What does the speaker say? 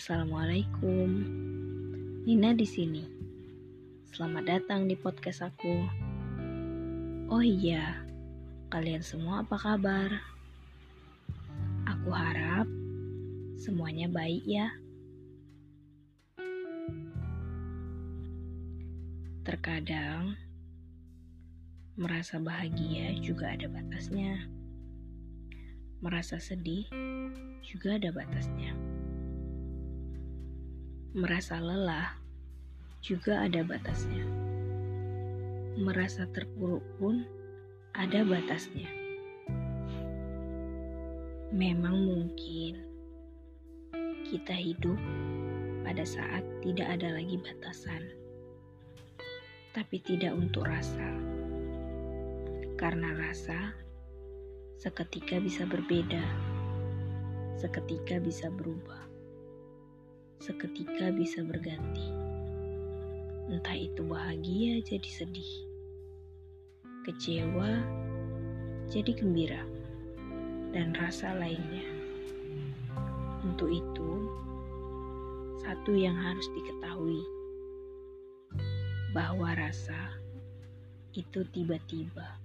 Assalamualaikum. Nina di sini. Selamat datang di podcast aku. Oh iya, kalian semua apa kabar? Aku harap semuanya baik ya. Terkadang merasa bahagia juga ada batasnya. Merasa sedih juga ada batasnya. Merasa lelah juga ada batasnya. Merasa terpuruk pun ada batasnya. Memang mungkin kita hidup pada saat tidak ada lagi batasan, tapi tidak untuk rasa. Karena rasa seketika bisa berbeda, seketika bisa berubah, seketika bisa berganti. Entah itu bahagia jadi sedih, kecewa jadi gembira, dan rasa lainnya. Untuk itu, satu yang harus diketahui, bahwa rasa itu tiba-tiba.